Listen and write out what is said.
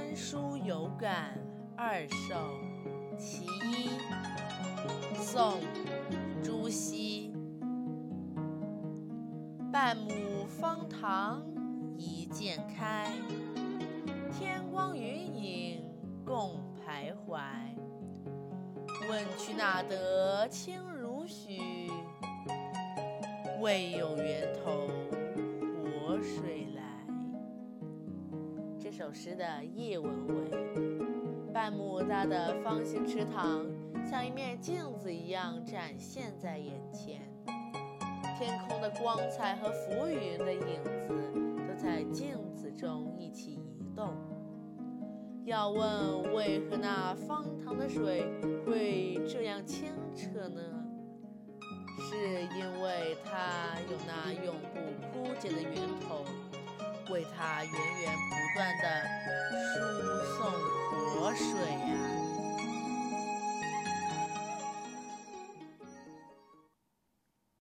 天书有感二首其一，宋·朱熹。半亩方塘一鉴开，天光云影共徘徊。问渠哪得清如许？为有源头活水来。这首诗的译文为：半亩大的方形池塘像一面镜子一样展现在眼前，天空的光彩和浮云的影子都在镜子中一起移动。要问为何那方塘的水会这样清澈呢？是因为它有那永不枯竭的源头，为它源源不断地